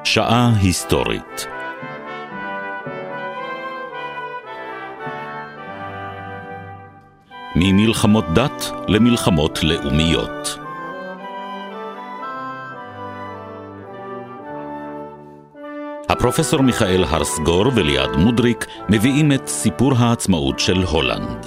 שעה היסטורית. ממלחמות דת למלחמות לאומיות. הפרופסור מיכאל הרסגור וליעד מודריק מביאים את סיפור העצמאות של הולנד.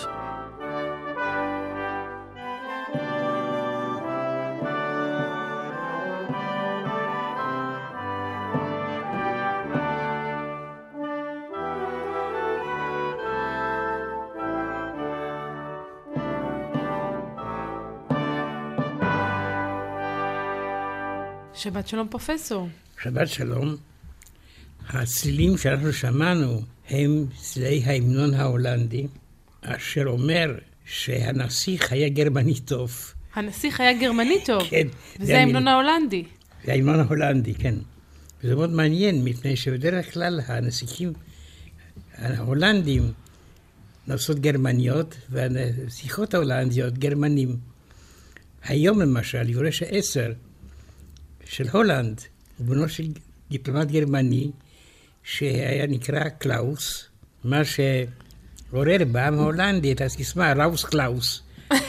שבת שלום פרופסור. שבת שלום. הצלילים שאנחנו שמענו הם צלילי ההמנון ההולנדי, אשר אומר שהנסיך היה גרמני טוב. הנסיך היה גרמני טוב? כן. וזה ההמנון ההולנדי? זה ההמנון ההולנדי, כן. וזה מאוד מעניין, מפני שבדרך כלל הנסיכים ההולנדים נוסעות גרמניות, והנסיכות ההולנדיות גרמנים. היום למשל, יורש ה-10 של הולנד, הוא בנו של דיפלומט גרמני, שהיה נקרא קלאוס, מה שעורר בעם ההולנדי את הסיסמה ראוס קלאוס.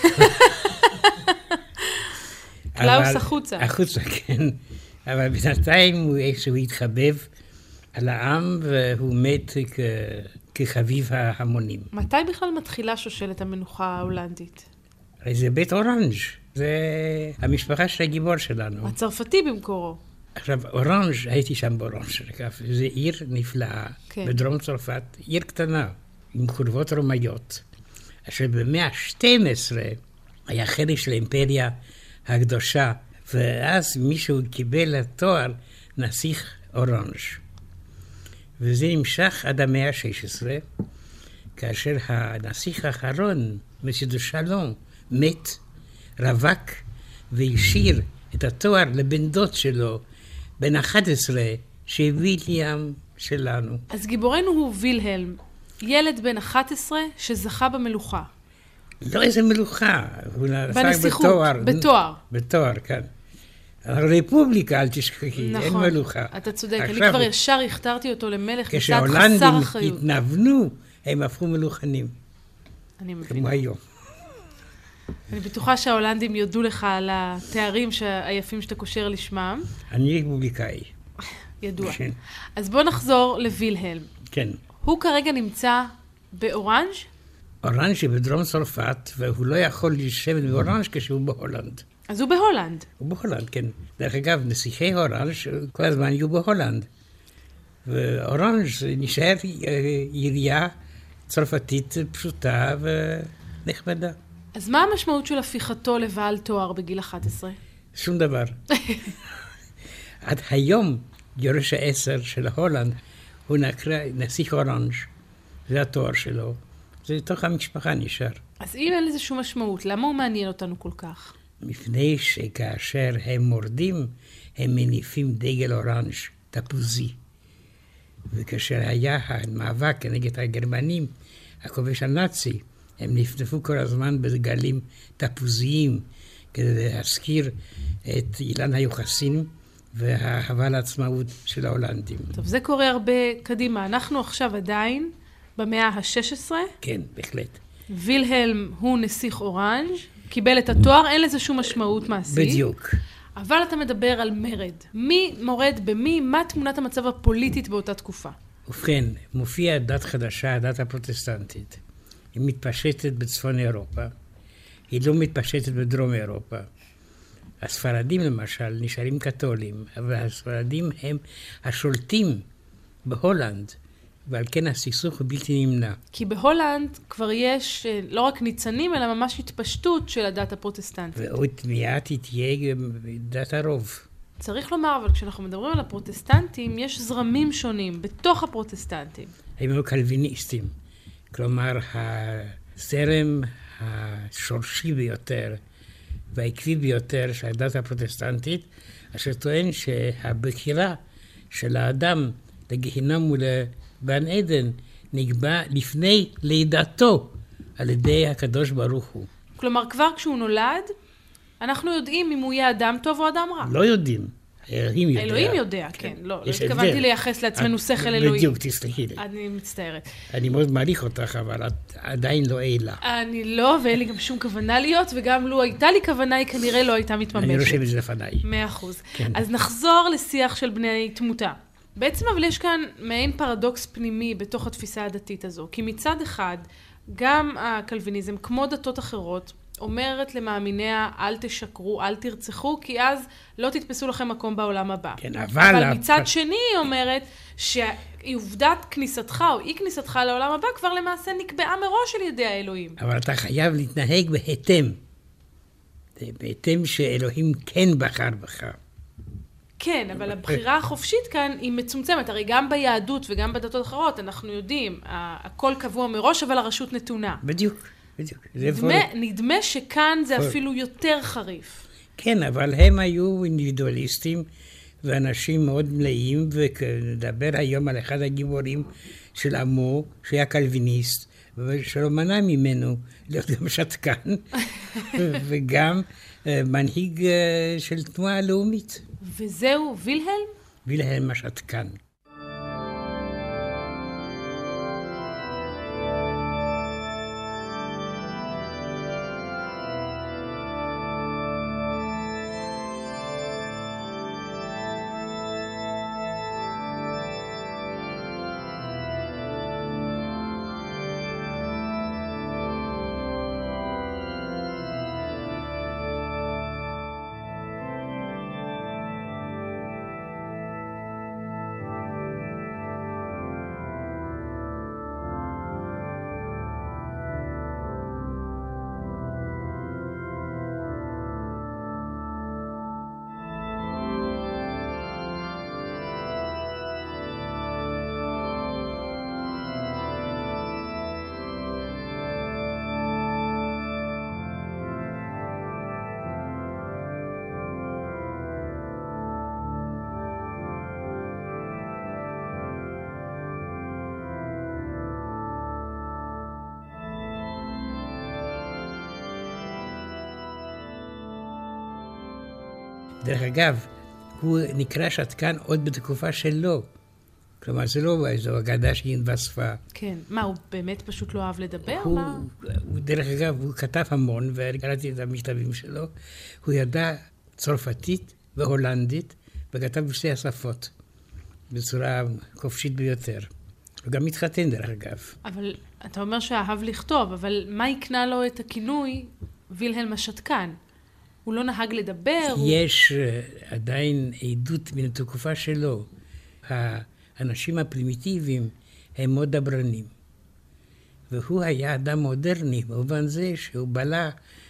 קלאוס החוצה. החוצה, כן. אבל בינתיים הוא איכשהו התחבב על העם, והוא מת כחביב ההמונים. מתי בכלל מתחילה שושלת המנוחה ההולנדית? הרי זה בית אורנג', זה המשפחה של הגיבור שלנו. הצרפתי במקורו. עכשיו, אורנג', הייתי שם באורנג', זה עיר נפלאה, כן. בדרום צרפת, עיר קטנה, עם חורבות רומאיות, אשר במאה ה-12 היה חלק של האימפריה הקדושה, ואז מישהו קיבל התואר נסיך אורנג'. וזה נמשך עד המאה ה-16, כאשר הנסיך האחרון, מסייה דה שלום, מת, רווק, והשאיר את התואר לבן דוד שלו, בן 11, שוויליאם שלנו. אז גיבורנו הוא וילהלם, ילד בן 11 שזכה במלוכה. לא איזה מלוכה, הוא בנסיכות, בתואר. בתואר, כן. הרפובליקה, אל תשכחי, נכון, אין מלוכה. אתה צודק, עכשיו, אני כבר ישר הכתרתי אותו למלך, מצד חסר כשההולנדים אחריות. התנוונו, הם הפכו מלוכנים. אני מבינה. כמו היום. אני בטוחה שההולנדים יודו לך על התארים היפים שאתה קושר לשמם. אני רפובליקאי. ידוע. כן. אז בוא נחזור לווילהלם. כן. הוא כרגע נמצא באורנג'? אורנג' שבדרום צרפת, והוא לא יכול לשבת באורנג' כשהוא בהולנד. אז הוא בהולנד. הוא בהולנד, כן. דרך אגב, נסיכי אורנג' כל הזמן יהיו בהולנד. ואורנג' נשאר עירייה צרפתית פשוטה ונחמדה. אז מה המשמעות של הפיכתו לבעל תואר בגיל 11? שום דבר. עד היום, יורש ה-10 של הולנד, הוא נקרא נסיך אורנג'. זה התואר שלו. זה תוך המשפחה נשאר. אז אם אין לזה שום משמעות, למה הוא מעניין אותנו כל כך? מפני שכאשר הם מורדים, הם מניפים דגל אורנג' תפוזי. וכאשר היה המאבק כנגד הגרמנים, הכובש הנאצי, הם נפנפו כל הזמן בדגלים תפוזיים, כדי להזכיר את אילן היוחסין והאהבה לעצמאות של ההולנדים. טוב, זה קורה הרבה קדימה. אנחנו עכשיו עדיין במאה ה-16. כן, בהחלט. וילהלם הוא נסיך אורנג', קיבל את התואר, אין לזה שום משמעות מעשית. בדיוק. אבל אתה מדבר על מרד. מי מורד במי? מה תמונת המצב הפוליטית באותה תקופה? ובכן, מופיעה דת חדשה, הדת הפרוטסטנטית. היא מתפשטת בצפון אירופה, היא לא מתפשטת בדרום אירופה. הספרדים למשל נשארים קתולים, אבל הספרדים הם השולטים בהולנד, ועל כן הסכסוך הוא בלתי נמנע. כי בהולנד כבר יש לא רק ניצנים, אלא ממש התפשטות של הדת הפרוטסטנטית. ועוד מיד תהיה גם דת הרוב. צריך לומר, אבל כשאנחנו מדברים על הפרוטסטנטים, יש זרמים שונים בתוך הפרוטסטנטים. הם היו קלוויניסטים. כלומר, הזרם השורשי ביותר והעקבי ביותר של הדת הפרוטסטנטית, אשר טוען שהבחירה של האדם לגיהינום ולגן עדן נקבע לפני לידתו על ידי הקדוש ברוך הוא. כלומר, כבר כשהוא נולד, אנחנו יודעים אם הוא יהיה אדם טוב או אדם רע. לא יודעים. אלוהים יודע. אלוהים יודע, כן. לא התכוונתי לייחס לעצמנו שכל אלוהים. בדיוק, תסלחי לי. אני מצטערת. אני מאוד מעריך אותך, אבל את עדיין לא אלה. אני לא, ואין לי גם שום כוונה להיות, וגם לו הייתה לי כוונה, היא כנראה לא הייתה מתממשת. אני רושם את זה לפניי. 100%. אז נחזור לשיח של בני תמותה. בעצם אבל יש כאן מעין פרדוקס פנימי בתוך התפיסה הדתית הזו. כי מצד אחד, גם הקלוויניזם, כמו דתות אחרות, אומרת למאמיניה, אל תשקרו, אל תרצחו, כי אז לא תתפסו לכם מקום בעולם הבא. כן, אבל מצד שני היא אומרת שעובדת כניסתך או אי כניסתך לעולם הבא כבר למעשה נקבעה מראש על ידי האלוהים. אבל אתה חייב להתנהג בהתאם. בהתאם שאלוהים כן בחר בך. כן, אבל הבחירה החופשית כאן היא מצומצמת. הרי גם ביהדות וגם בדתות אחרות אנחנו יודעים, הכל קבוע מראש, אבל הרשות נתונה. בדיוק. נדמה שכאן זה אפילו יותר חריף. כן, אבל הם היו אינדיבידואליסטים ואנשים מאוד מלאים, ונדבר היום על אחד הגיבורים של עמו, שהיה קלוויניסט, ושלא מנע ממנו להיות גם שתקן, וגם מנהיג של תנועה לאומית. וזהו וילהלם? וילהלם השתקן. דרך אגב, הוא נקרא שתקן עוד בתקופה שלו. כלומר, זה לא איזו אגדה שהתווספה. כן. מה, הוא באמת פשוט לא אהב לדבר? דרך אגב, הוא כתב המון, וקראתי את המכתבים שלו. הוא ידע צרפתית והולנדית, וכתב בשתי השפות, בצורה חופשית ביותר. הוא גם התחתן, דרך אגב. אבל אתה אומר שאהב לכתוב, אבל מה יקנה לו את הכינוי וילהלם השתקן? הוא לא נהג לדבר? יש עדיין עדות מן התקופה שלו. האנשים הפרימיטיביים הם מאוד דברנים. והוא היה אדם מודרני, במובן זה שהוא בלע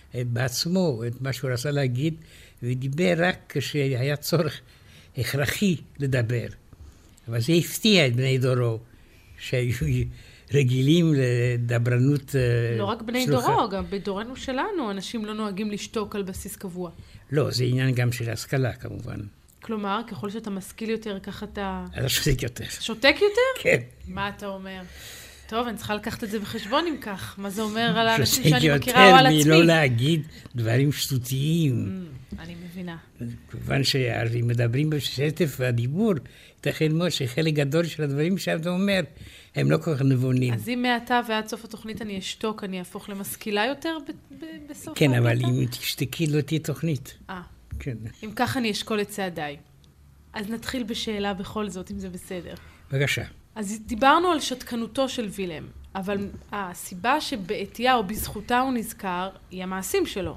בעצמו את מה שהוא רצה להגיד, ודיבר רק כשהיה צורך הכרחי לדבר. אבל זה הפתיע את בני דורו, שהיו רגילים לדברנות לא רק בני דורו, גם בדורנו שלנו, אנשים לא נוהגים לשתוק על בסיס קבוע. לא, זה עניין גם של השכלה, כמובן. כלומר, ככל שאתה משכיל יותר, ככה אתה... אתה שותק יותר. שותק יותר? כן. מה אתה אומר? טוב, אני צריכה לקחת את זה בחשבון אם כך. מה זה אומר על האנשים שאני מכירה או על עצמי? שותק יותר מלא להגיד דברים שטותיים. אני מבינה. כמובן שאם מדברים בשטף והדיבור, ייתכן מאוד שחלק גדול של הדברים שאתה אומר, הם לא כל כך נבונים. אז אם מעתה ועד סוף התוכנית אני אשתוק, אני אהפוך למשכילה יותר בסוף? כן, אבל אם תשתקי לא תהיה תוכנית. כן. אם כך אני אשקול את צעדיי. אז נתחיל בשאלה בכל זאת, אם זה בסדר. בבקשה. אז דיברנו על שתקנותו של וילהלם, אבל הסיבה שבעתיה או בזכותה הוא נזכר, היא המעשים שלו.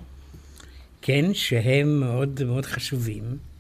כן, שהם מאוד מאוד חשובים,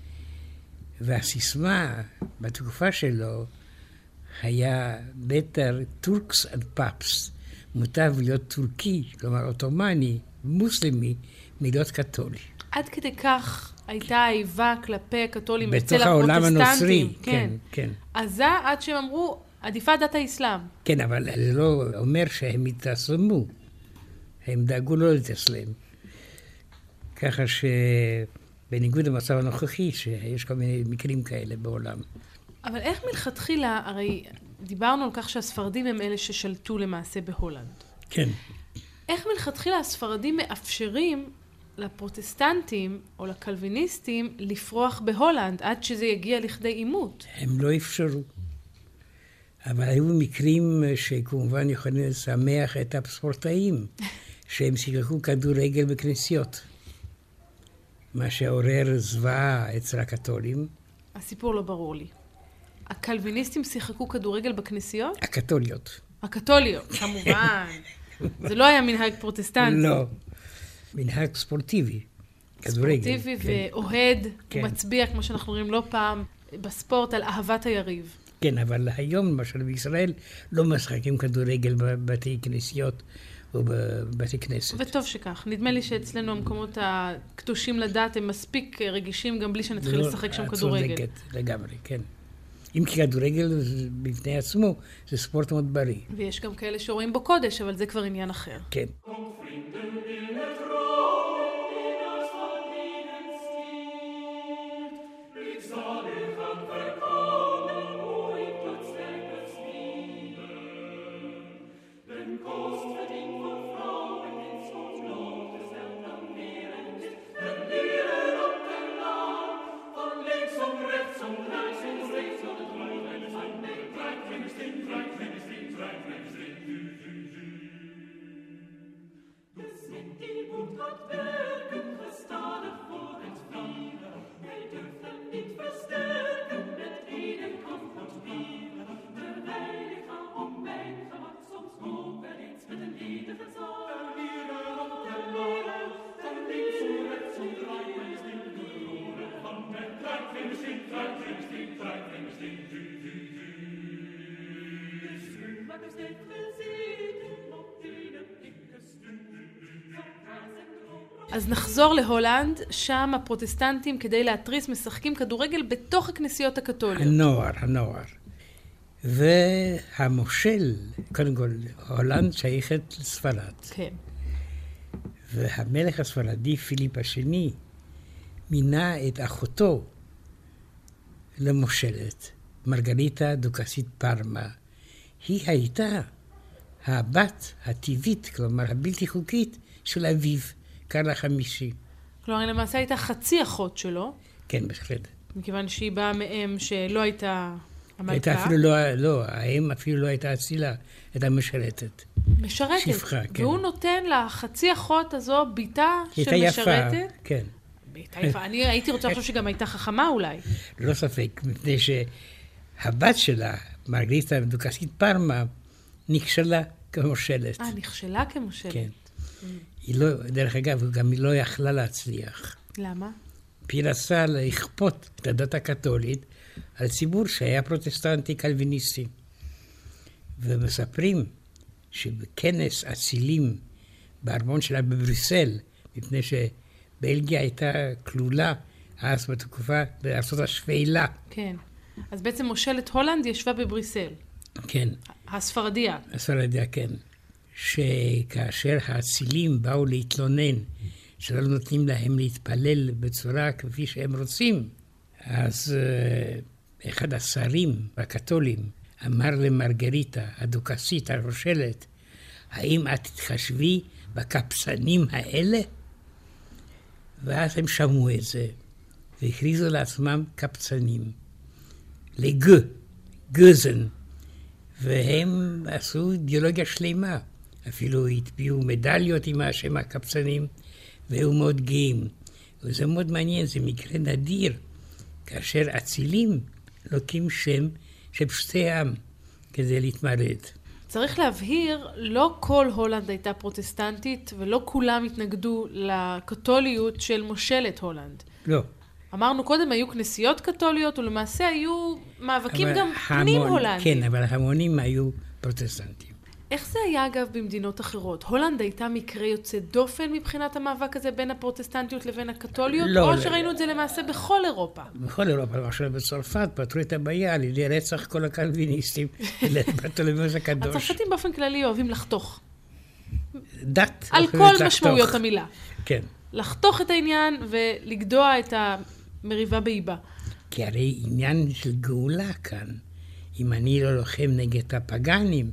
והסיסמה בתקופה שלו היה better Turks and Paps, מוטב להיות טורקי, כלומר אוטומני, מוסלמי, מלהיות קתולי. עד כדי כך הייתה האיבה כלפי הקתולים אצל בתוך העולם הנוצרי, כן, כן. אז זה עד שהם אמרו, עדיפה דת האסלאם. כן, אבל זה לא אומר שהם התאסלמו, הם דאגו לא להתאסלם. ככה שבניגוד למצב הנוכחי, שיש כל מיני מקרים כאלה בעולם. אבל איך מלכתחילה, הרי דיברנו על כך שהספרדים הם אלה ששלטו למעשה בהולנד. כן. איך מלכתחילה הספרדים מאפשרים לפרוטסטנטים או לקלוויניסטים לפרוח בהולנד עד שזה יגיע לכדי עימות. הם לא אפשרו. אבל היו מקרים שכמובן יכולים לשמח את הספורטאים, שהם שיחקו כדורגל בכנסיות. מה שעורר זוועה אצל הקתולים. הסיפור לא ברור לי. הקלוויניסטים שיחקו כדורגל בכנסיות? הקתוליות. הקתוליות, כמובן. זה לא היה מנהג פרוטסטנטי. לא. מנהג ספורטיבי. כדורגל. ספורטיבי ואוהד, כן. ומצביע, כמו שאנחנו רואים לא פעם, בספורט על אהבת היריב. כן, אבל היום, למשל בישראל, לא משחקים כדורגל בבתי כנסיות או בבתי כנסת. וטוב שכך. נדמה לי שאצלנו המקומות הקדושים לדת הם מספיק רגישים גם בלי שנתחיל לשחק שם כדורגל. צודקת, לגמרי, כן. אם כי כדורגל בפני עצמו זה ספורט מאוד בריא. ויש גם כאלה שרואים בו קודש, אבל זה כבר עניין אחר. כן. אז נחזור להולנד, שם הפרוטסטנטים כדי להתריס משחקים כדורגל בתוך הכנסיות הקתוליות. הנוער. והמושל, קודם כל, הולנד שייכת לספרד. כן. והמלך הספרדי, פיליפ השני, מינה את אחותו למושלת, מרגריטה דוכסית פרמה. היא הייתה הבת הטבעית, כלומר הבלתי חוקית, של אביו, קרל החמישי. כלומר, למעשה הייתה חצי אחות שלו. כן, בהחלט. מכיוון שהיא באה מאם שלא הייתה המלכה. הייתה אפילו לא, האם אפילו לא הייתה אצילה, הייתה משרתת. משרתת. שפחה, כן. והוא נותן לחצי אחות הזו ביתה שמשרתת. הייתה יפה, כן. הייתה יפה. אני הייתי רוצה לחשוב שגם הייתה חכמה אולי. לא ספק, מפני שהבת שלה, מרגריטה דוכסית פרמה, נכשלה כמושלת. נכשלה כמושלת. כן. היא לא, דרך אגב, גם היא לא יכלה להצליח. למה? היא רצה לכפות את הדת הקתולית על ציבור שהיה פרוטסטנטי קלוויניסטי. ומספרים שבכנס אצילים בארמון שלה בבריסל, מפני שבלגיה הייתה כלולה אז בתקופה בארצות השפלה. כן. אז בעצם מושלת הולנד ישבה בבריסל. כן. הספרדיה. הספרדיה, כן. שכאשר האצילים באו להתלונן, שלא נותנים להם להתפלל בצורה כפי שהם רוצים, אז אחד השרים הקתולים אמר למרגריטה, הדוכסית, הרושלת, האם את תתחשבי בקפצנים האלה? ואז הם שמעו את זה, והכריזו לעצמם קפצנים. גוזן. והם עשו אידיאולוגיה שלמה. אפילו התביאו מדליות עם השם הקפצנים, והיו מאוד גאים. וזה מאוד מעניין, זה מקרה נדיר, כאשר אצילים לוקים שם של פשוטי עם כדי להתמרד. צריך להבהיר, לא כל הולנד הייתה פרוטסטנטית, ולא כולם התנגדו לקתוליות של מושלת הולנד. לא. אמרנו קודם, היו כנסיות קתוליות, ולמעשה היו מאבקים גם פנים הולנדים. כן, אבל המונים היו פרוטסטנטים. איך זה היה אגב במדינות אחרות? הולנד הייתה מקרה יוצא דופן מבחינת המאבק הזה בין הפרוטסטנטיות לבין הקתוליות? לא, או שראינו את זה למעשה בכל אירופה? בכל אירופה, למשל בצרפת, פתרו את הבעיה על ידי רצח כל הקלוויניסטים לברטולומיאוס הקדוש. הצרפתים באופן כללי אוהבים לחתוך. דת. על כל משמעויות המילה. כן. לחתוך את העניין ולגדוע את המריבה באיבה. כי הרי עניין של גאולה כאן, אם אני לא לוחם נגד הפגנים,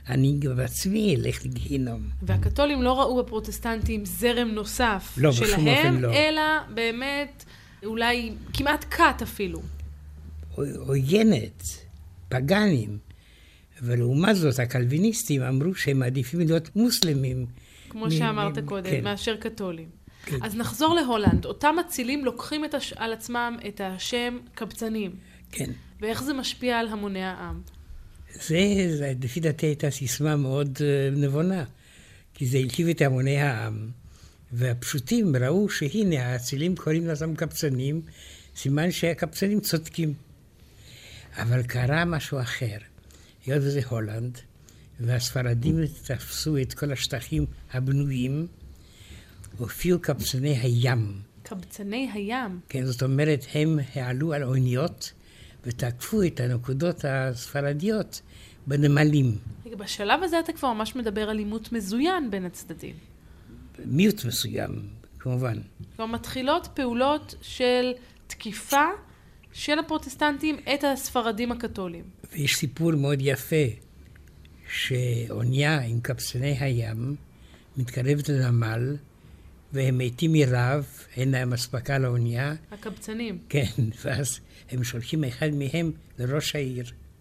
אני בעצמי אלך לגיהינום. והקתולים לא ראו בפרוטסטנטים זרם נוסף לא, בשום שלהם, אופן לא. אלא באמת אולי כמעט קט אפילו. עוינת, פגנים. ולעומת זאת, הקלוויניסטים אמרו שהם עדיפים להיות מוסלמים. כמו שאמרת קודם, כן. מאשר קתולים. כן. אז נחזור להולנד. אותם אצילים לוקחים על עצמם את השם קבצנים. כן. ואיך זה משפיע על המוני העם? זה לפי דעתי הייתה סיסמה מאוד נבונה, כי זה הלהיב את המוני העם, והפשוטים ראו שהנה האצילים קוראים לעצמם קבצנים, סימן שהקבצנים צודקים. אבל קרה משהו אחר. היות וזה הולנד, והספרדים תפסו את כל השטחים הבנויים, הופיעו קבצני הים. קבצני הים? כן, זאת אומרת, הם העלו על אוניות, ותקפו את הנקודות הספרדיות בנמלים. בשלב הזה אתה כבר ממש מדבר על עימות מזוין בין הצדדים. מיעוט מסוים, כמובן. כבר מתחילות פעולות של תקיפה של הפרוטסטנטים את הספרדים הקתולים. ויש סיפור מאוד יפה, שאונייה עם קבצני הים מתקרבת לנמל, והם מתים מרעב, אין להם אספקה לאונייה. הקבצנים. כן, ואז הם שולחים אחד מהם לראש העיר.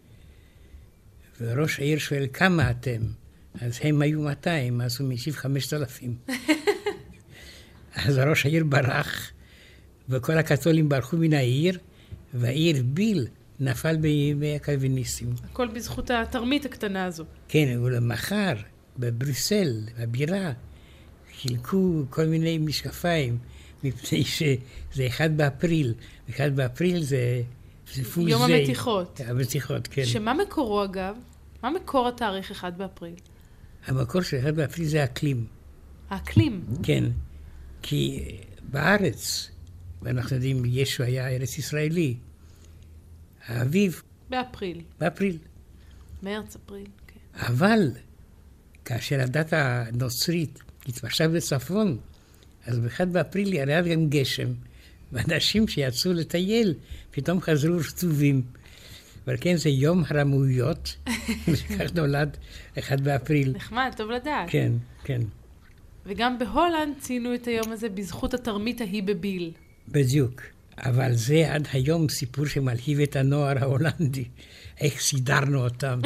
וראש העיר שואל, כמה אתם? אז הם היו 200, אז הוא משיב 5,000. אז ראש העיר ברח, וכל הקתולים ברחו מן העיר, והעיר ביל נפל בימי הקלוויניסטים. הכל בזכות התרמית הקטנה הזו. כן, ולמחר, בבריסל, בבירה, חילקו כל מיני משקפיים, מפני שזה 1 באפריל. 1 באפריל זה פול יום זיי. המתיחות. המתיחות, כן. שמה מקורו אגב? מה מקור התאריך 1 באפריל? המקור של 1 באפריל זה האקלים. האקלים? כן, כי בארץ, ואנחנו יודעים, ישו היה ארץ ישראלי, האביב, באפריל. באפריל. מרץ, אפריל, כן. אבל כאשר הדת הנוצרית התפשטה בצפון, אז ב1 באפריל ירד גם גשם, ואנשים שיצאו לטייל פתאום חזרו רטובים. אבל כן, זה יום הרמאויות, וכך נולד 1 באפריל. נחמד, טוב לדעת. כן, כן. וגם בהולנד ציינו את היום הזה בזכות התרמית ההיא בביל. בדיוק. אבל זה עד היום סיפור שמלהיב את הנוער ההולנדי. איך סידרנו אותם.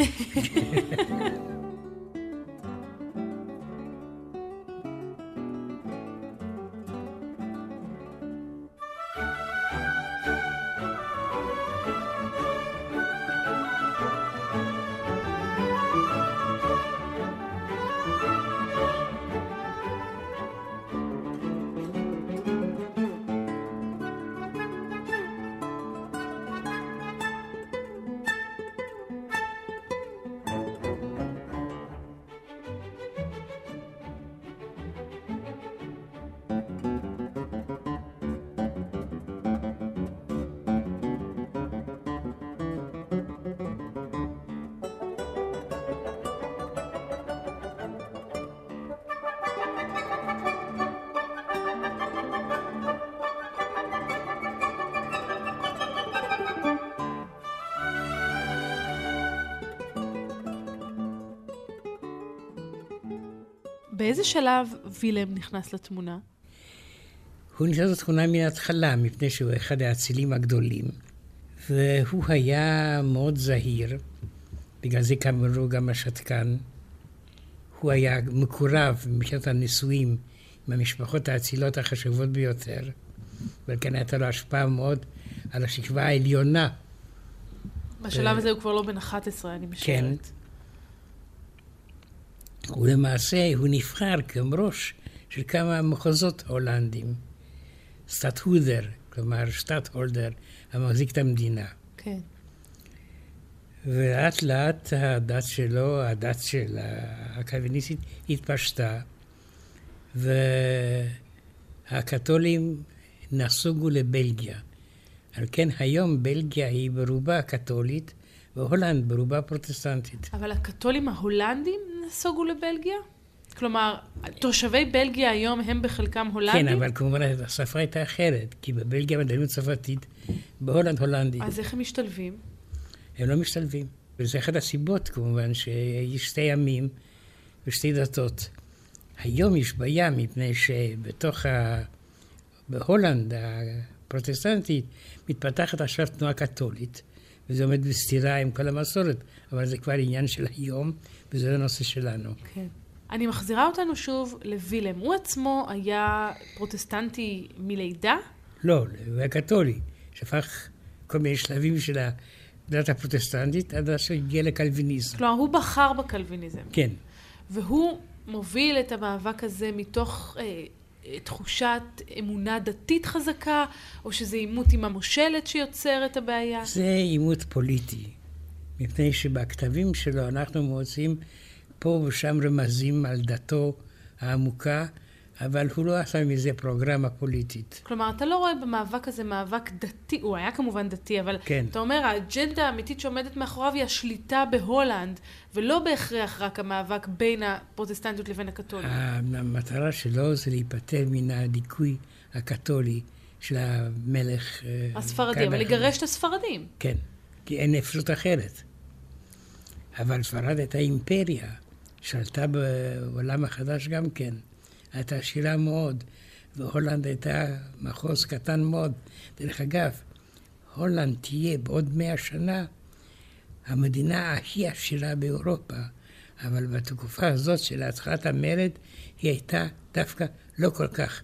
באיזה שלב וילם נכנס לתמונה? הוא נכנס לתמונה מן ההתחלה, מפני שהוא אחד האצילים הגדולים. והוא היה מאוד זהיר, בגלל זה קראו גם השתקן. הוא היה מקורב מבחינת הנישואים עם המשפחות האצילות החשובות ביותר, ולכן הייתה לו השפעה מאוד על השכבה העליונה. בשלב הזה הוא כבר לא בן 11, אני משערת. כן. ולמעשה הוא נבחר כראש של כמה מחוזות הולנדים. סטאטהודר, כלומר שטאטהולדר, המחזיק את המדינה. כן. ולאט לאט הדת שלו, הדת של הקלוויניסטית, התפשטה, והקתולים נסוגו לבלגיה. על כן היום בלגיה היא ברובה קתולית, והולנד ברובה פרוטסטנטית. אבל הקתולים ההולנדים נסוגו לבלגיה? כלומר, תושבי בלגיה היום הם בחלקם הולנדים? כן, אבל כמובן השפה הייתה אחרת, כי בבלגיה מדברים צרפתית, בהולנד הולנדית. אז איך הם משתלבים? הם לא משתלבים. וזה אחת הסיבות כמובן שיש שתי עמים ושתי דתות. היום יש בעיה מפני בהולנד הפרוטסטנטית מתפתחת עכשיו תנועה קתולית, וזה עומד בסתירה עם כל המסורת, אבל זה כבר עניין של היום, וזה הנושא שלנו. כן. אני מחזירה אותנו שוב לווילם. הוא עצמו היה פרוטסטנטי מלידה? לא, הוא היה קתולי, שהפך כל מיני שלבים של הדת הפרוטסטנטית, עד שהגיע לקלוויניזם. כלומר, הוא בחר בקלוויניזם. כן. והוא מוביל את המאבק הזה מתוך תחושת אמונה דתית חזקה, או שזה עימות עם המושלת שיוצר את הבעיה? זה עימות פוליטי, מפני שבכתבים שלו אנחנו מוצאים פה ושם רמזים על דתו העמוקה, אבל הוא לא עשה מזה פרוגרמה פוליטית. כלומר, אתה לא רואה במאבק הזה מאבק דתי, הוא היה כמובן דתי, אבל כן. אתה אומר, האג'נדה האמיתית שעומדת מאחוריו היא השליטה בהולנד, ולא בהכרח רק המאבק בין הפרוטסטנטיות לבין הקתולים. המטרה שלו זה להיפטר מן הדיכוי הקתולי של המלך הספרדי, אבל לגרש את הספרדים. כן, כי אין אפשרות אחרת. אבל ספרד הייתה אימפריה, שלטה בעולם החדש גם כן. הייתה עשירה מאוד, והולנד הייתה מחוז קטן מאוד. דרך אגב, הולנד תהיה בעוד 100 שנה המדינה הכי עשירה באירופה, אבל בתקופה הזאת של התחלת המרד, היא הייתה דווקא לא כל כך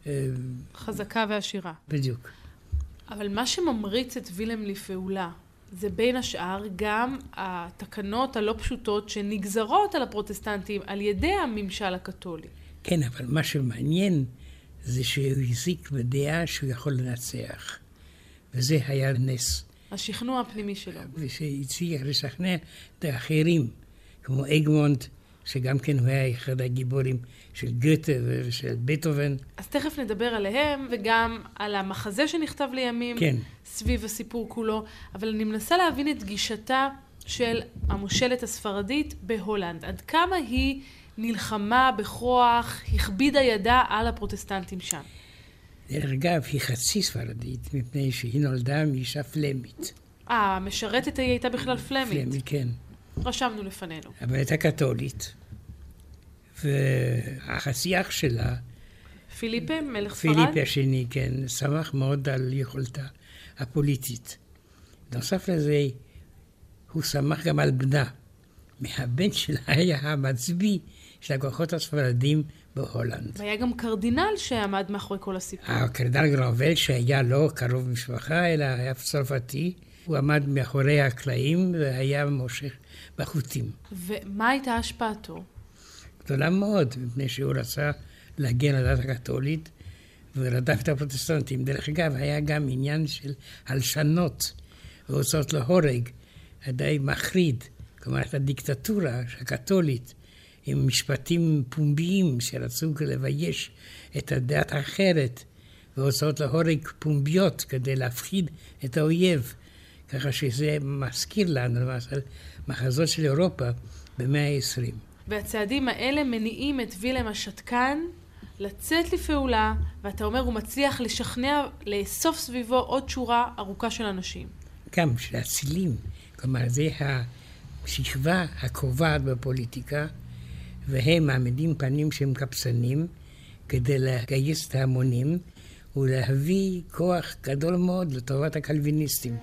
חזקה ועשירה. בדיוק. אבל מה שממריץ את וילם לפעולה, זה בין השאר גם התקנות הלא פשוטות שנגזרות על הפרוטסטנטים על ידי הממשל הקתולי. כן, אבל מה שמעניין זה שהוא החזיק בדעה שהוא יכול לנצח. וזה היה נס. השכנוע הפנימי שלו. ושהצליח לשכנע את האחרים, כמו אגמונט, שגם כן הוא היה אחד הגיבורים של גוטה ושל בטהובן. אז תכף נדבר עליהם, וגם על המחזה שנכתב לימים, כן. סביב הסיפור כולו. אבל אני מנסה להבין את גישתה של המושלת הספרדית בהולנד. עד כמה היא נלחמה בכוח, הכבידה ידה על הפרוטסטנטים שם. דרך אגב, היא חצי ספרדית, מפני שהיא נולדה מאישה פלמית. המשרתת היא הייתה בכלל פלמית. פלמית, כן. רשמנו לפנינו. אבל הייתה קתולית, והחצי אח שלה, פיליפה, מלך ספרד? פיליפה השני, כן, שמח מאוד על יכולתה הפוליטית. נוסף לזה, הוא שמח גם על בנה. מהבן שלה היה המצביא של הכוחות הספרדים בהולנד. והיה גם קרדינל שעמד מאחורי כל הסיפור. הקרדינל גרנוול, שהיה לא קרוב משפחה, אלא היה צרפתי, הוא עמד מאחורי הקלעים והיה מושך בחוטים. ומה הייתה השפעתו? גדולה מאוד, מפני שהוא רצה להגן על הדת הקתולית ורדף את הפרוטסטנטים. דרך אגב, היה גם עניין של הלשנות והוצאות להורג, די מחריד. כלומר, את הדיקטטורה הקתולית, עם משפטים פומביים שרצו לבייש את הדת האחרת, והוצאות להורג פומביות כדי להפחיד את האויב. ככה שזה מזכיר לנו, למשל, מחזות של אירופה במאה ה-20. והצעדים האלה מניעים את וילם השתקן לצאת לפעולה, ואתה אומר, הוא מצליח לשכנע, לאסוף סביבו עוד שורה ארוכה של אנשים. גם של הצילים. כלומר, זה השכבה הקובעת בפוליטיקה, והם מעמידים פנים שהם קפצנים, כדי לגייס את ההמונים, ולהביא כוח גדול מאוד לטובת הקלוויניסטים.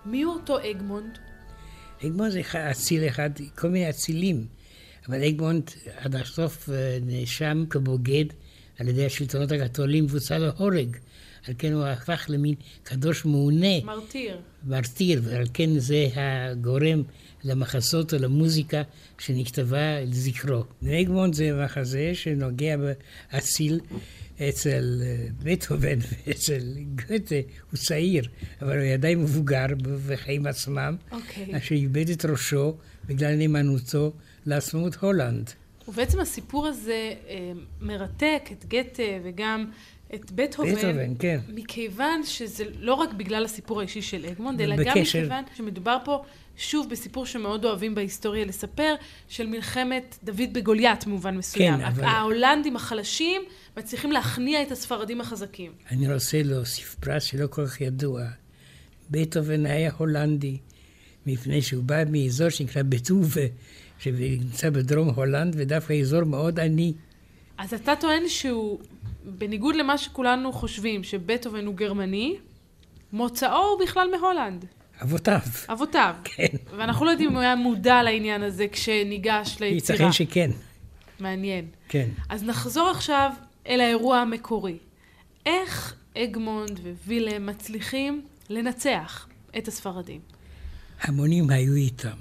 מי הוא אותו אגמונד? אגמונד זה אציל אחד, כל מיני אצילים. אבל אגמונד עד הסוף נאשם כבוגד על ידי השלטונות הקתולים והוצא להורג. על כן הוא הפך למין קדוש מעונה. מרטיר, ועל כן זה הגורם למחזות או למוזיקה שנכתבה לזכרו. אגמונד זה מחזה שנוגע באציל אצל בטהובן ואצל גוטה. הוא צעיר, אבל הוא עדיין מבוגר בחיים עצמם, אשר איבד את ראשו בגלל נאמנותו לעצמאות הולנד. ובעצם הסיפור הזה מרתק את גוטה וגם את בטהובן, כן. מכיוון שזה לא רק בגלל הסיפור האישי של אגמונד, אלא גם מכיוון שמדובר פה שוב בסיפור שמאוד אוהבים בהיסטוריה לספר, של מלחמת דוד בגוליית במובן מסוים. כן, אבל ההולנדים החלשים מצליחים להכניע את הספרדים החזקים. אני רוצה להוסיף פרס שלא כל כך ידוע. בטהובן היה הולנדי, מפני שהוא בא מאזור שנקרא בטובה, שנמצא בדרום הולנד, ודווקא אזור מאוד עני. אז אתה טוען שהוא, בניגוד למה שכולנו חושבים, שבטהובן הוא גרמני, מוצאו הוא בכלל מהולנד. אבותיו. כן. ואנחנו לא יודעים אם הוא היה מודע לעניין הזה כשניגש ליצירה. ייתכן שכן. מעניין. כן. אז נחזור עכשיו אל האירוע המקורי. איך אגמונד ווילם מצליחים לנצח את הספרדים? המונים היו איתם.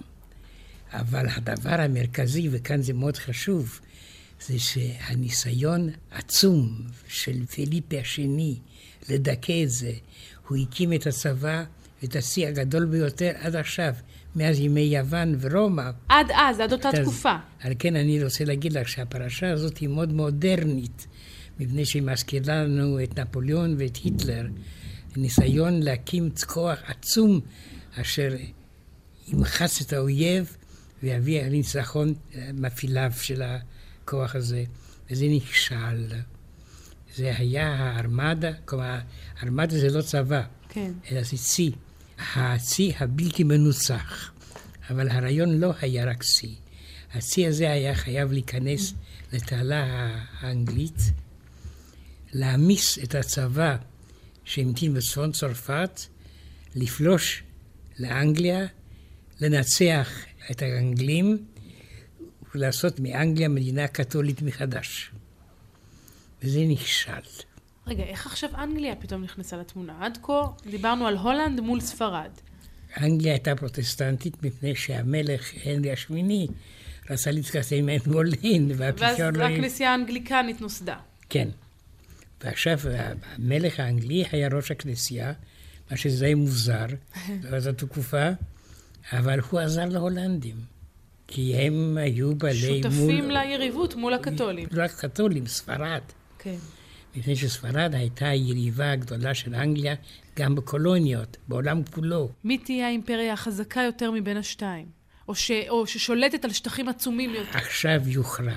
אבל הדבר המרכזי, וכאן זה מאוד חשוב, זה שהניסיון עצום של פיליפה השני לדכא את זה, הוא הקים את הצבא, את הצי הגדול ביותר עד עכשיו, מאז ימי יוון ורומא. עד אותה תקופה. על כן אני רוצה להגיד לך שהפרשה הזאת היא מאוד מודרנית, מפני שהיא מזכירה לנו את נפוליאון ואת היטלר, ניסיון להקים כוח עצום אשר ימחץ את האויב ויביא לניצחון מפעיליו של הכוח הזה, וזה נכשל. זה היה הארמדה, כלומר, הארמדה זה לא צבא, כן. אלא זה צי. הצי הבלתי מנוצח. אבל הרעיון לא היה רק צי. הצי הזה היה חייב להיכנס לתעלה האנגלית, להמיס את הצבא שהמתין בצפון צרפת, לפלוש לאנגליה, לנצח את האנגלים ולעשות מאנגליה מדינה קתולית מחדש. וזה נכשל. רגע, איך עכשיו אנגליה פתאום נכנסה לתמונה? עד כה דיברנו על הולנד מול ספרד. אנגליה הייתה פרוטסטנטית מפני שהמלך הנרי השמיני רצה להתקדם עם בולין. ואז הכנסייה האנגליקנית נוסדה. כן. ועכשיו המלך האנגלי היה ראש הכנסייה, מה שזה היה מוזר, באותה תקופה, אבל הוא עזר להולנדים. כי הם היו בעלי שותפים ליריבות מול הקתולים. לא רק קתולים, ספרד. כן. מפני שספרד הייתה היריבה הגדולה של אנגליה, גם בקולוניות, בעולם כולו. מי תהיה האימפריה החזקה יותר מבין השתיים? או ששולטת על שטחים עצומים יותר? עכשיו יוכרע.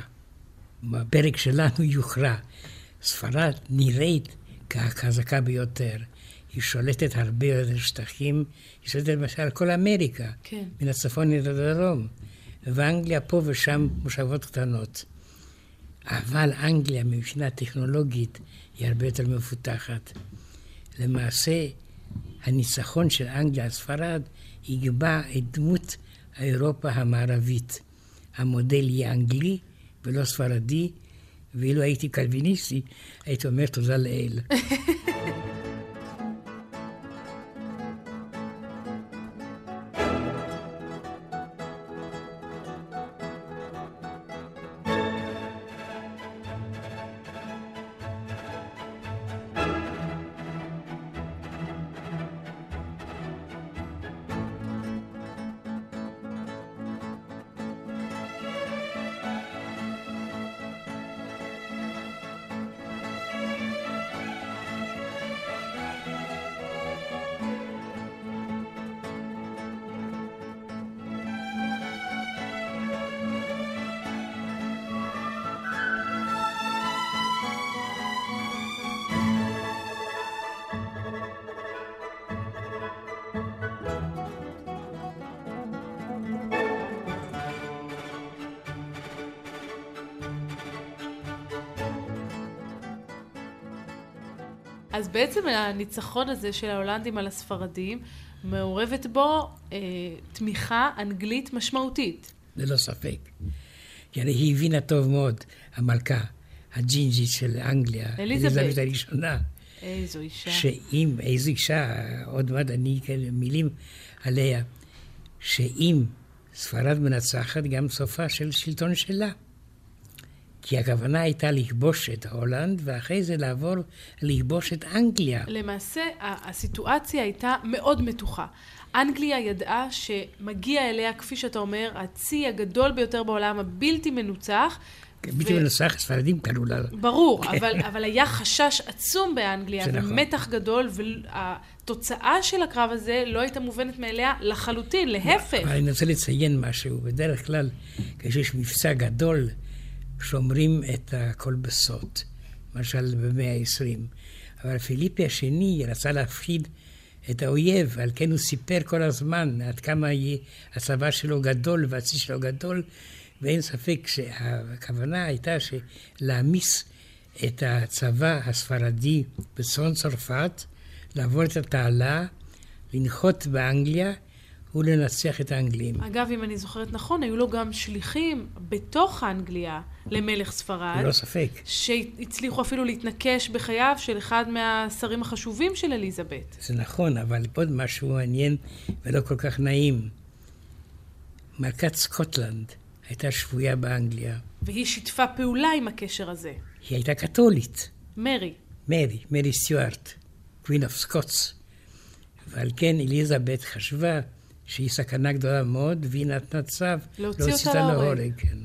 בפרק שלנו יוכרע. ספרד נראית כחזקה ביותר. היא שולטת הרבה יותר שטחים, היא שולטת למשל על כל אמריקה, כן. מן הצפון עד הדרום. ואנגליה פה ושם מושבות קטנות. אבל אנגליה מבחינה טכנולוגית היא הרבה יותר מפותחת. למעשה, הניצחון של אנגליה על ספרד יקבע את דמות האירופה המערבית. המודל יהיה אנגלי ולא ספרדי, ואילו הייתי קלוויניסטי, הייתי אומר תודה לאל. אז בעצם הניצחון הזה של ההולנדים על הספרדים מעורבת בו תמיכה אנגלית משמעותית. ללא ספק. כי היא הבינה טוב מאוד, המלכה, הג'ינג'ית של אנגליה, אליזבת הראשונה. איזו אישה. איזו אישה, עוד מעט אני מילים עליה, שאם ספרד מנצחת, גם סופה של שלטון שלה. כי הכוונה הייתה לכבוש את הולנד, ואחרי זה לעבור לכבוש את אנגליה. למעשה, הסיטואציה הייתה מאוד מתוחה. אנגליה ידעה שמגיע אליה, כפי שאתה אומר, הצי הגדול ביותר בעולם, הבלתי מנוצח. בלתי מנוצח, ספרדים קראו לה. ברור, אבל היה חשש עצום באנגליה, ומתח גדול, והתוצאה של הקרב הזה לא הייתה מובנת מאליה לחלוטין, להפך. אני רוצה לציין משהו. בדרך כלל, כשיש מבצע גדול, שומרים את הכל בסוד, למשל במאה ה-20. אבל פיליפי השני רצה להפחיד את האויב, על כן הוא סיפר כל הזמן עד כמה הצבא שלו גדול והצי שלו גדול, ואין ספק שהכוונה הייתה להמיס את הצבא הספרדי בצפון צרפת, לעבור את התעלה, לנחות באנגליה, ולנצח את האנגלים. אגב, אם אני זוכרת נכון, היו לו גם שליחים בתוך אנגליה למלך ספרד. לא ספק. שהצליחו אפילו להתנקש בחייו של אחד מהשרים החשובים של אליזבת. זה נכון, אבל עוד משהו מעניין ולא כל כך נעים. מלכת סקוטלנד הייתה שבויה באנגליה. והיא שיתפה פעולה עם הקשר הזה. היא הייתה קתולית. מרי סטיוארט, קווין אוף סקוטס. ועל כן אליזבת חשבה שהיא סכנה גדולה מאוד, והיא נתנה צו להוציא אותה להורג. כן.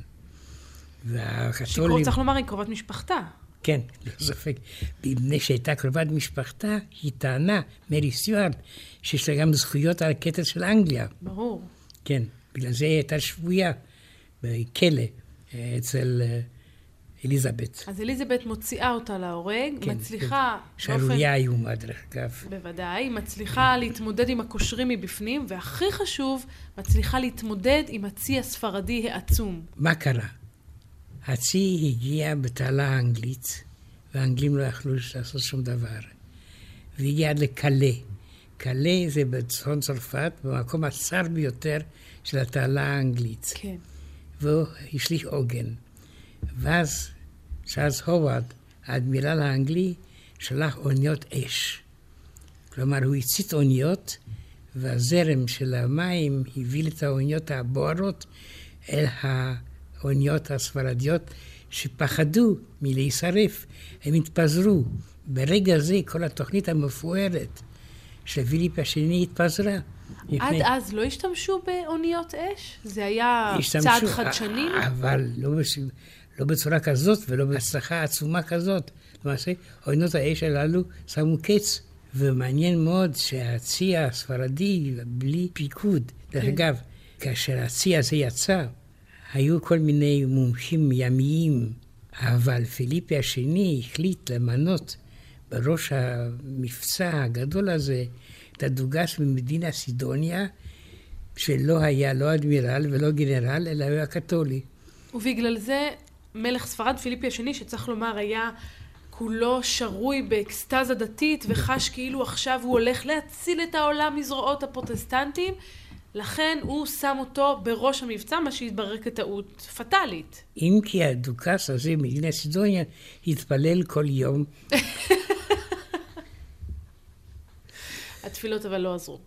והקתולים... צריך לומר, היא קרובת משפחתה. כן, לא ספק. מפני שהייתה קרובת משפחתה, היא טענה, מרי סטיוארט, שיש לה גם זכויות על הכתר של אנגליה. ברור. כן, בגלל זה היא הייתה שבויה בכלא אצל אליזבת. אז אליזבת מוציאה אותה להורג, כן, מצליחה... שערוריה איומה, דרך אגב. בוודאי, מצליחה להתמודד עם הקושרים מבפנים, והכי חשוב, מצליחה להתמודד עם הצי הספרדי העצום. מה קרה? הצי הגיע בתעלה האנגלית, והאנגלים לא יכלו לעשות שום דבר. והגיע עד לקלה. קלה זה בצפון צרפת, במקום הצר ביותר של התעלה האנגלית. כן. והוא השליך עוגן. ואז צ'ארלס הווארד, האדמירל האנגלי, שלח אוניות אש. כלומר, הוא הצית אוניות, והזרם של המים הביא את האוניות הבוערות אל האוניות הספרדיות, שפחדו מלהישרף. הם התפזרו. ברגע זה כל התוכנית המפוארת של פיליפ השני התפזרה. עד אז לא השתמשו באוניות אש? זה היה צעד חדשני? אבל לא בצורה כזאת ולא בהצלחה עצומה כזאת. למעשה, אוניות האש הללו שמו קץ. ומעניין מאוד שהצי הספרדי בלי פיקוד. דרך אגב, כאשר הצי הזה יצא, היו כל מיני מומחים ימיים, אבל פיליפי השני החליט למנות בראש המבצע הגדול הזה את הדוגס ממדינה סידוניה, שלא היה לא אדמירל ולא גנרל, אלא היה קתולי. ובגלל זה מלך ספרד פיליפי השני, שצריך לומר היה כולו שרוי באקסטזה דתית, וחש כאילו עכשיו הוא הולך להציל את העולם מזרועות הפרוטסטנטים, לכן הוא שם אותו בראש המבצע, מה שהתברר כטעות פטלית. אם כי הדוכס הזה, מדינה סידוניה, התפלל כל יום. התפילות אבל לא עזרו.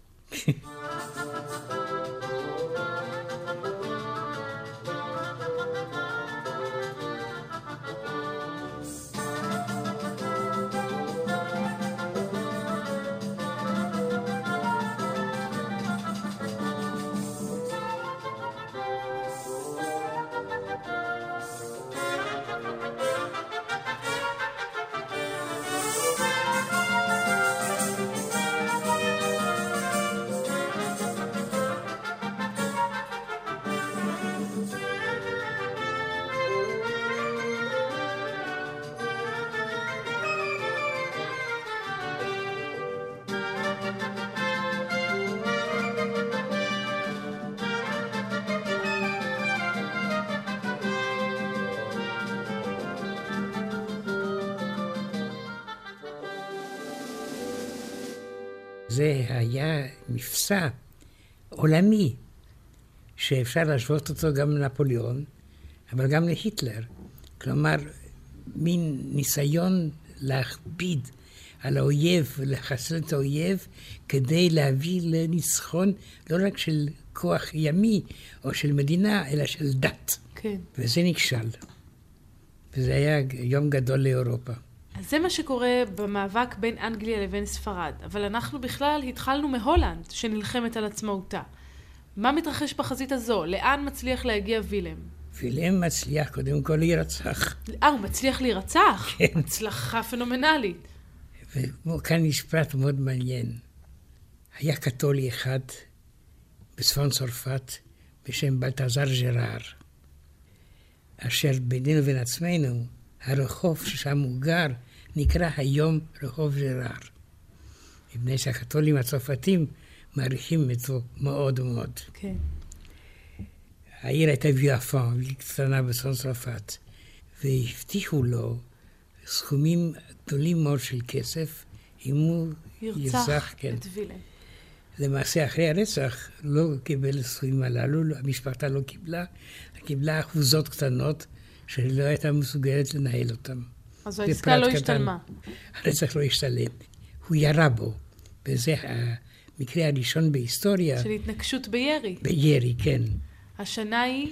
זה היה מבצע עולמי, שאפשר להשוות אותו גם לנפוליאון, אבל גם להיטלר. כלומר, מין ניסיון להכביד על האויב ולחסל את האויב כדי להביא לניצחון לא רק של כוח ימי או של מדינה, אלא של דת. כן. וזה נכשל. וזה היה יום גדול לאירופה. אז זה מה שקורה במאבק בין אנגליה לבין ספרד. אבל אנחנו בכלל התחלנו מהולנד שנלחמת על עצמאותה. מה מתרחש בחזית הזו? לאן מצליח להגיע וילם? וילם מצליח קודם כל להירצח. הוא מצליח להירצח? כן. הצלחה פנומנלית. וכאן נשפט מאוד מעניין. היה קתולי אחד בצפון צרפת בשם בלטזר ז'ראר, אשר בינינו ובין עצמנו, הרחוב ששם הוא גר נקרא היום רחוב ז'ראר. מפני שהקתולים הצרפתים מעריכים אותו מאוד מאוד. כן. העיר הייתה ויאפן, קטנה בצפון צרפת, והבטיחו לו סכומים גדולים מאוד של כסף, אם הוא ירצח, כן. את וילם. למעשה, אחרי הרצח, לא קיבל סכומים הללו, המשפחתה לא קיבלה אחוזות קטנות, שלא הייתה מסוגלת לנהל אותם. אז העסקה לא השתלמה. הרצח לא השתלם. הוא ירה בו, וזה המקרה הראשון בהיסטוריה. של התנגשות בירי. בירי, כן. השנה היא?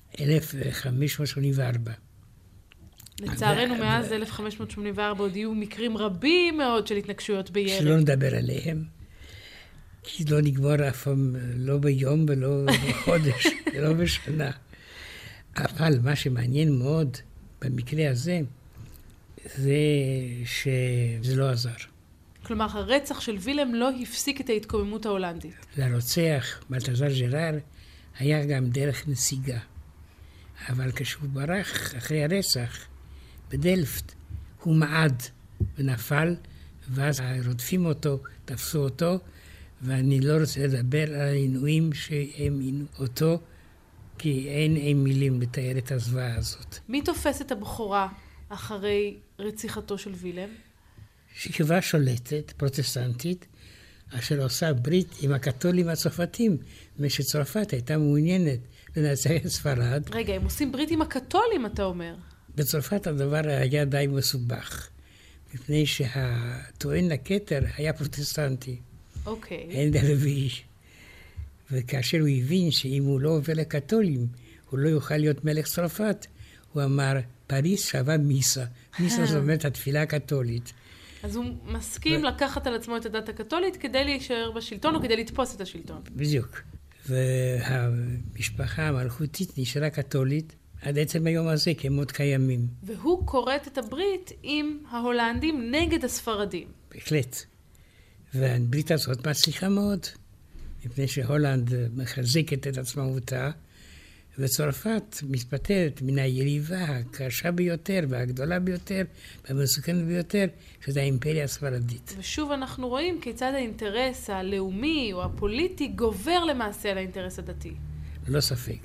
1584. לצערנו מאז 1584 עוד יהיו מקרים רבים מאוד של התנגשויות בירי. שלא נדבר עליהם, כי לא נגמור אף פעם, לא ביום ולא בחודש, ולא בשנה. אבל מה שמעניין מאוד במקרה הזה, זה שזה לא עזר. כלומר, הרצח של וילם לא הפסיק את ההתקוממות ההולנדית. לרוצח, בלטזר ז'ראר, היה גם דרך נסיגה. אבל כשהוא ברח אחרי הרצח, בדלפט, הוא מעד ונפל, ואז רודפים אותו, תפסו אותו, ואני לא רוצה לדבר על העינויים שהם עינו אותו, כי אין מילים לתאר את הזוועה הזאת. מי תופס את הבכורה אחרי רציחתו של וילם? שכבה שולטת, פרוטסטנטית, אשר עושה ברית עם הקתולים הצרפתים, ושצרפת הייתה מעוניינת לנצח את ספרד. רגע, הם עושים ברית עם הקתולים, אתה אומר? בצרפת הדבר היה די מסובך, מפני שהטוען לכתר היה פרוטסטנטי. אוקיי. אין דרבי. וכאשר הוא הבין שאם הוא לא עובר לקתולים, הוא לא יוכל להיות מלך צרפת, הוא אמר, פריס שווה מיסה. מיסה זאת אומרת התפילה הקתולית. אז הוא מסכים לקחת על עצמו את הדת הקתולית כדי להישאר בשלטון או כדי לתפוס את השלטון. בדיוק. והמשפחה המלכותית נשארה קתולית עד עצם היום הזה כמות קיימים. והוא קוראת את הברית עם ההולנדים נגד הספרדים. בהחלט. והברית הזאת מצליחה מאוד, מפני שהולנד מחזקת את עצמאותה, וצרפת מתפטרת מן היריבה הקשה ביותר והגדולה ביותר והמסוכנת ביותר, שזה האימפריה הספרדית. ושוב אנחנו רואים כיצד האינטרס הלאומי או הפוליטי גובר למעשה על האינטרס הדתי. ללא ספק.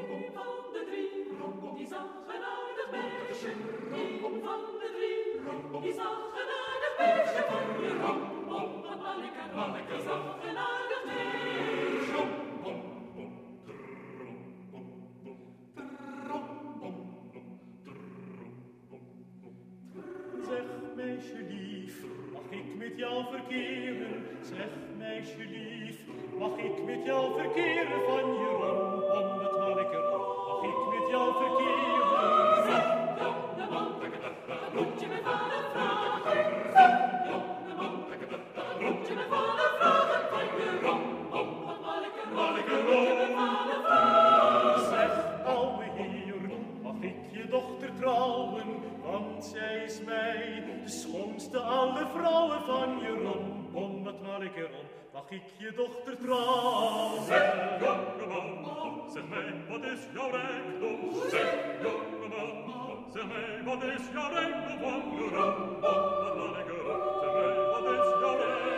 Zeg meisje lief, mag ik met jou verkeren van je rondom het malker? Mag ik met jou verkeren? Zeg, jongeman, moet je me van een vragen? Zeg, jongeman, moet je me van een vragen van je rondom het malker? Malker, moet je me van een vragen? Zeg, ouwe heer, mag ik je dochter trouwen? Want zij is mij de schoonste alle vrouwen van je rondom. Mag ik je dochter trouwen? Zeg, jongeman, zeg mij, wat is jouw rijkdom? Zeg, jongeman, zeg mij, wat is jouw rijkdom van je rondom? Zeg mij, wat is jouw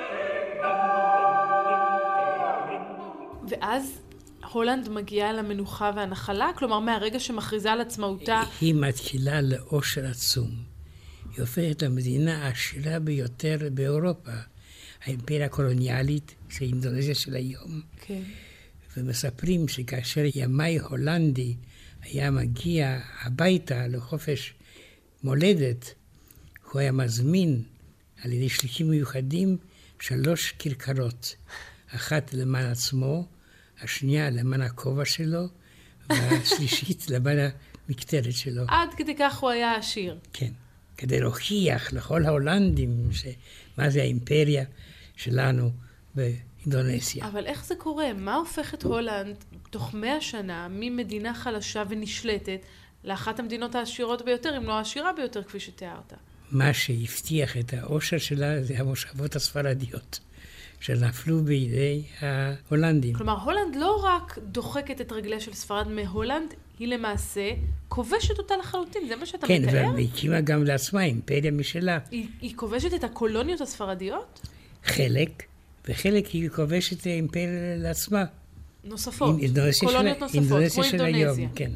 rijkdom? ואז הולנד מגיעה למנוחה והנחלה? כלומר, מהרגע שמכריזה על עצמאותה... היא מתחילה לאושר עצום. היא הופכת למדינה העשירה ביותר באירופה. האימפריה הקולוניאלית של אינדונזיה של היום. כן. ומספרים שכאשר ימאי הולנדי היה מגיע הביתה לחופש מולדת, הוא היה מזמין על ידי שליחים מיוחדים 3 כרכרות. אחת למען עצמו, השנייה למען הכובע שלו, והשלישית למען המקטרת שלו. עד כדי כך הוא היה עשיר. כן, כדי להוכיח לכל ההולנדים מה זה האימפריה שלנו באינדונזיה. אבל איך זה קורה? מה הופך את הולנד תוך 100 שנה ממדינה חלשה ונשלטת לאחת המדינות העשירות ביותר, אם לא העשירה ביותר, כפי שתיארת? מה שהבטיח את העושר שלה זה המושבות הספרדיות, שנפלו בידי ההולנדים. כלומר, הולנד לא רק דוחקת את רגליה של ספרד מהולנד, היא למעשה כובשת אותה לחלוטין, זה מה שאתה מתאר? כן, והקימה גם לעצמה אימפריה משלה. היא כובשת את הקולוניות הספרדיות? חלק, וחלק היא כובשת אימפריה לעצמה. נוספות, קולוניות נוספות, כמו אינדונזיה. כן.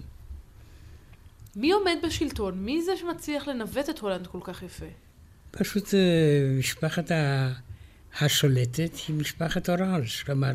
מי עומד בשלטון? מי זה שמצליח לנווט את הולנד כל כך יפה? פשוט משפחת השולטת היא משפחת אורנג', כלומר...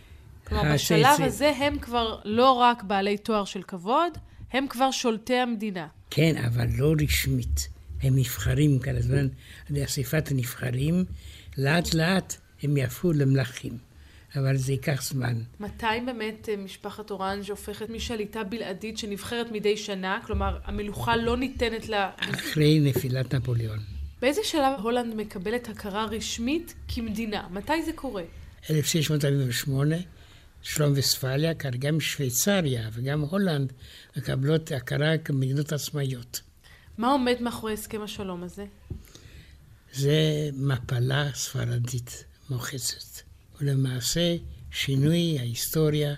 בשלב הזה הם כבר לא רק בעלי תואר של כבוד, הם כבר שולטי המדינה. כן, אבל לא רשמית. הם נבחרים כל הזמן, אספת הנבחרים, לאט לאט הם יהפכו למלכים. אבל זה ייקח זמן. מתי באמת משפחת אורנג' הופכת משליטה בלעדית שנבחרת מדי שנה? כלומר, המלוכה לא ניתנת לה... אחרי נפילת נפוליאון. באיזה שלב הולנד מקבלת הכרה רשמית כמדינה? מתי זה קורה? 1648, שלום וספליה, גם שוויצריה וגם הולנד מקבלות הכרה כמדינות עצמאיות. מה עומד מאחורי הסכם השלום הזה? זה מפלה ספרדית מוחצת. ולמעשה שינוי ההיסטוריה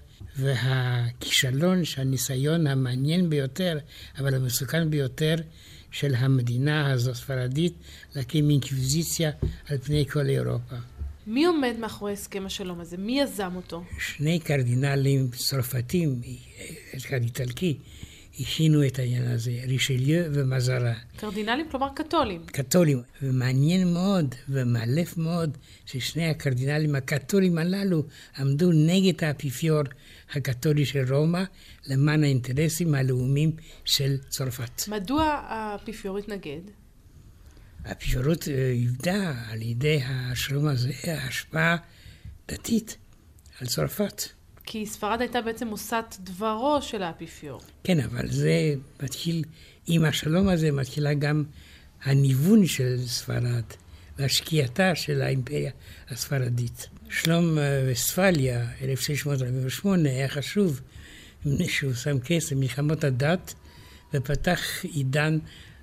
והכישלון שהניסיון המעניין ביותר, אבל המסוכן ביותר של המדינה הזו הספרדית, להקים אינקוויזיציה על פני כל אירופה. מי עומד מאחורי הסכם השלום הזה? מי יזם אותו? 2 קרדינלים צרפתים, אחד איטלקי, הכינו את העניין הזה, רישליו ומזרה. קרדינלים, כלומר קתולים. קתולים, ומעניין מאוד ומאלף מאוד ששני הקרדינלים הקתולים הללו עמדו נגד האפיפיור הקתולי של רומא למען האינטרסים הלאומיים של צרפת. מדוע האפיפיור התנגד? האפיפיורות היוותה על ידי השלום הזה השפעה דתית על צרפת. כי ספרד הייתה בעצם מושאת דברו של האפיפיור. כן, אבל זה מתחיל, עם השלום הזה מתחילה גם הניוון של ספרד והשקיעתה של האימפריה הספרדית. שלום וספליה, 1648, היה חשוב, שהוא שם קץ למלחמות הדת ופתח עידן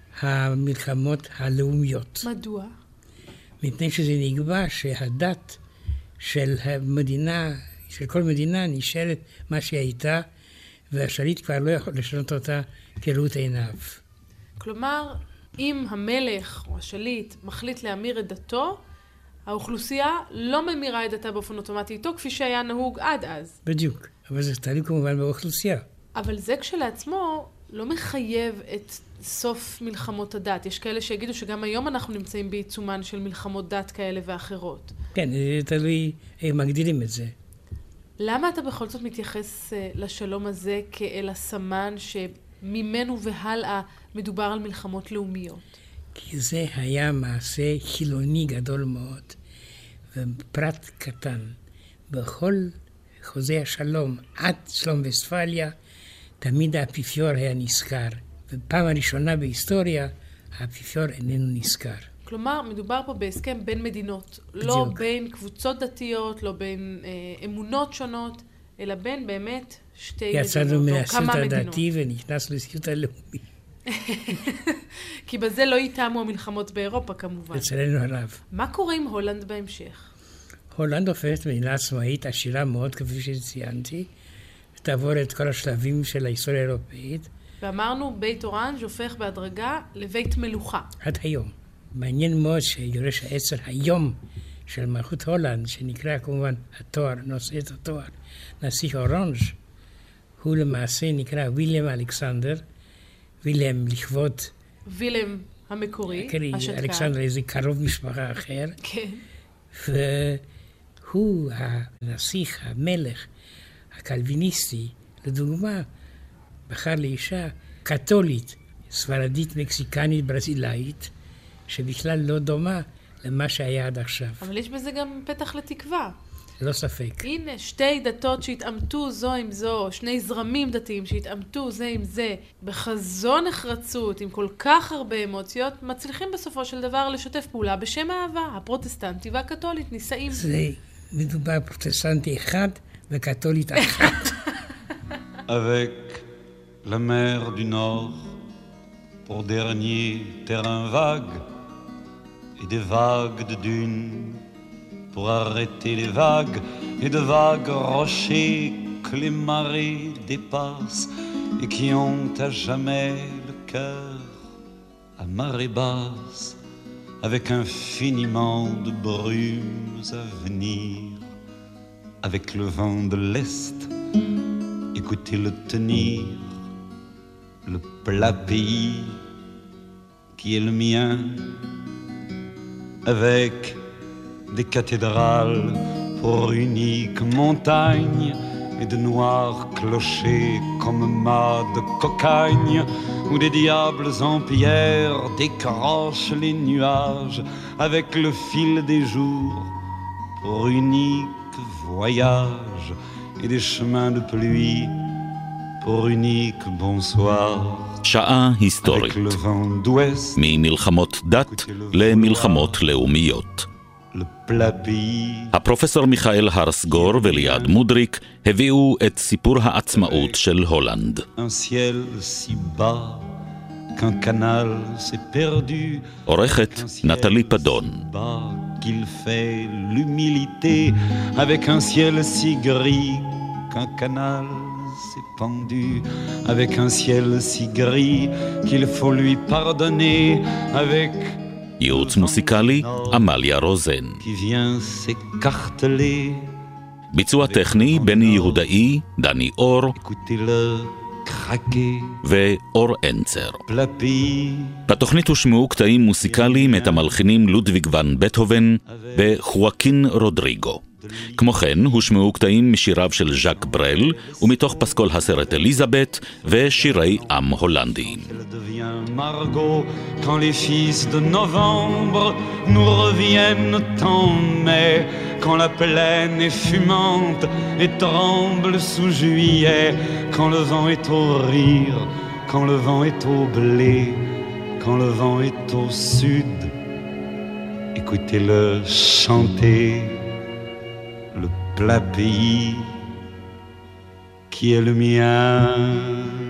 המלחמות הלאומיות. מדוע? מפני שזה נקבע שהדת של המדינה, של כל מדינה נשארת מה שהיא הייתה, והשליט כבר לא יכול לשנות אותה כראות עיניו. כלומר, אם המלך או השליט מחליט להמיר את דתו, האוכלוסייה לא ממירה את דתה באופן אוטומטי איתו, כפי שהיה נהוג עד אז. בדיוק, אבל זה תלוי כמובן באוכלוסייה. אבל זה כשלעצמו לא מחייב את סוף מלחמות הדת. יש כאלה שיגידו שגם היום אנחנו נמצאים בעיצומן של מלחמות דת כאלה ואחרות. כן, זה תלוי איך מגדילים את זה. למה אתה בכל זאת מתייחס לשלום הזה כאל הסמן שממנו והלאה מדובר על מלחמות לאומיות? כי זה היה מעשה חילוני גדול מאוד, ופרט קטן. בכל חוזה השלום, עד שלום וספליה, תמיד האפיפיור היה נזכר. ופעם הראשונה בהיסטוריה, האפיפיור איננו נזכר. כלומר, מדובר פה בהסכם בין מדינות. בדיוק. לא בין קבוצות דתיות, לא בין אמונות שונות, אלא בין באמת שתי מדינות, יצאנו או כמה מהסיוט מדינות. הדתי ונכנס לסיוט הלאומי. כי בזה לא יתאמו המלחמות באירופה כמובן. לצערנו הרב. מה קורה עם הולנד בהמשך? הולנד הופכת מדינה עצמאית עשירה מאוד, כפי שציינתי, ותעבור את כל השלבים של ההיסטוריה האירופאית. ואמרנו, בית אורנג' הופך בהדרגה לבית מלוכה. עד היום. מעניין מאוד שיורש העצר היום של מלכות הולנד, שנקרא כמובן התואר, נושא את התואר, נסיך אורנג', הוא למעשה נקרא ויליאם אלכסנדר, ויליאם לכבוד... וילם המקורי, השתקן. אלכסנדר איזה קרוב משפחה אחר. כן. והוא הנסיך, המלך, הקלוויניסטי, לדוגמה, בחר לאישה קתולית, ספרדית, מקסיקנית, ברזילאית, שבכלל לא דומה למה שהיה עד עכשיו. אבל יש בזה גם פתח לתקווה. לא ספק. הנה, שתי דתות שהתאמתו זו עם זו, שני זרמים דתיים שהתאמתו זה עם זה, בחזון נחרצות, עם כל כך הרבה אמוציות, מצליחים בסופו של דבר לשתף פעולה בשם האהבה, הפרוטסטנטי והקתולית, נישאים. זה מדובר פרוטסטנטי אחד וקתולית אחת. Avec la mer du Nord pour dernier terrain vague et des vagues de dunes pour arrêter les vagues et de vagues rochers que les marées dépassent et qui ont à jamais le cœur à marée basse avec infiniment de brumes à venir avec le vent de l'Est. Écoutez-le tenir, le plat pays qui est le mien, avec des cathédrales pour unique montagne et de noirs clochers comme mâts de cocagne, où des diables en pierre décrochent les nuages avec le fil des jours pour unique voyage. Et des chemins de pluie pour unique bonsoir. שעה היסטורית. ממלחמות דת למלחמות לאומיות. הפרופסור מיכאל הרסגור וליעד מודריק הביאו את סיפור העצמאות של הולנד. עורכת נטלי פדון. Qu'il fait l'humilité avec un ciel si gris qu'un canal s'est pendu, avec un ciel si gris qu'il faut lui pardonner, avec ייעוץ מוסיקלי אמליה רוזן. qui vient s'écarteler. ביצוע טכני בני יהודאי, דני אור Écoutez-le craquer. ואור אנצר. Plapi. בתוכנית הושמעו קטעים מוסיקליים את המלחינים לודוויג ון בטהובן וחואקין רודריגו. כמו כן הושמעו קטעים משיריו של ז'אק ברל ומתוך פסקול הסרט אליזבת ושירי עם הולנדיים. Margot, quand les fils de novembre nous reviennent en mai, quand la plaine est fumante et tremble sous juillet, quand le vent est au rire, quand le vent est au blé, quand le vent est au sud, écoutez-le chanter, le plat pays qui est le mien.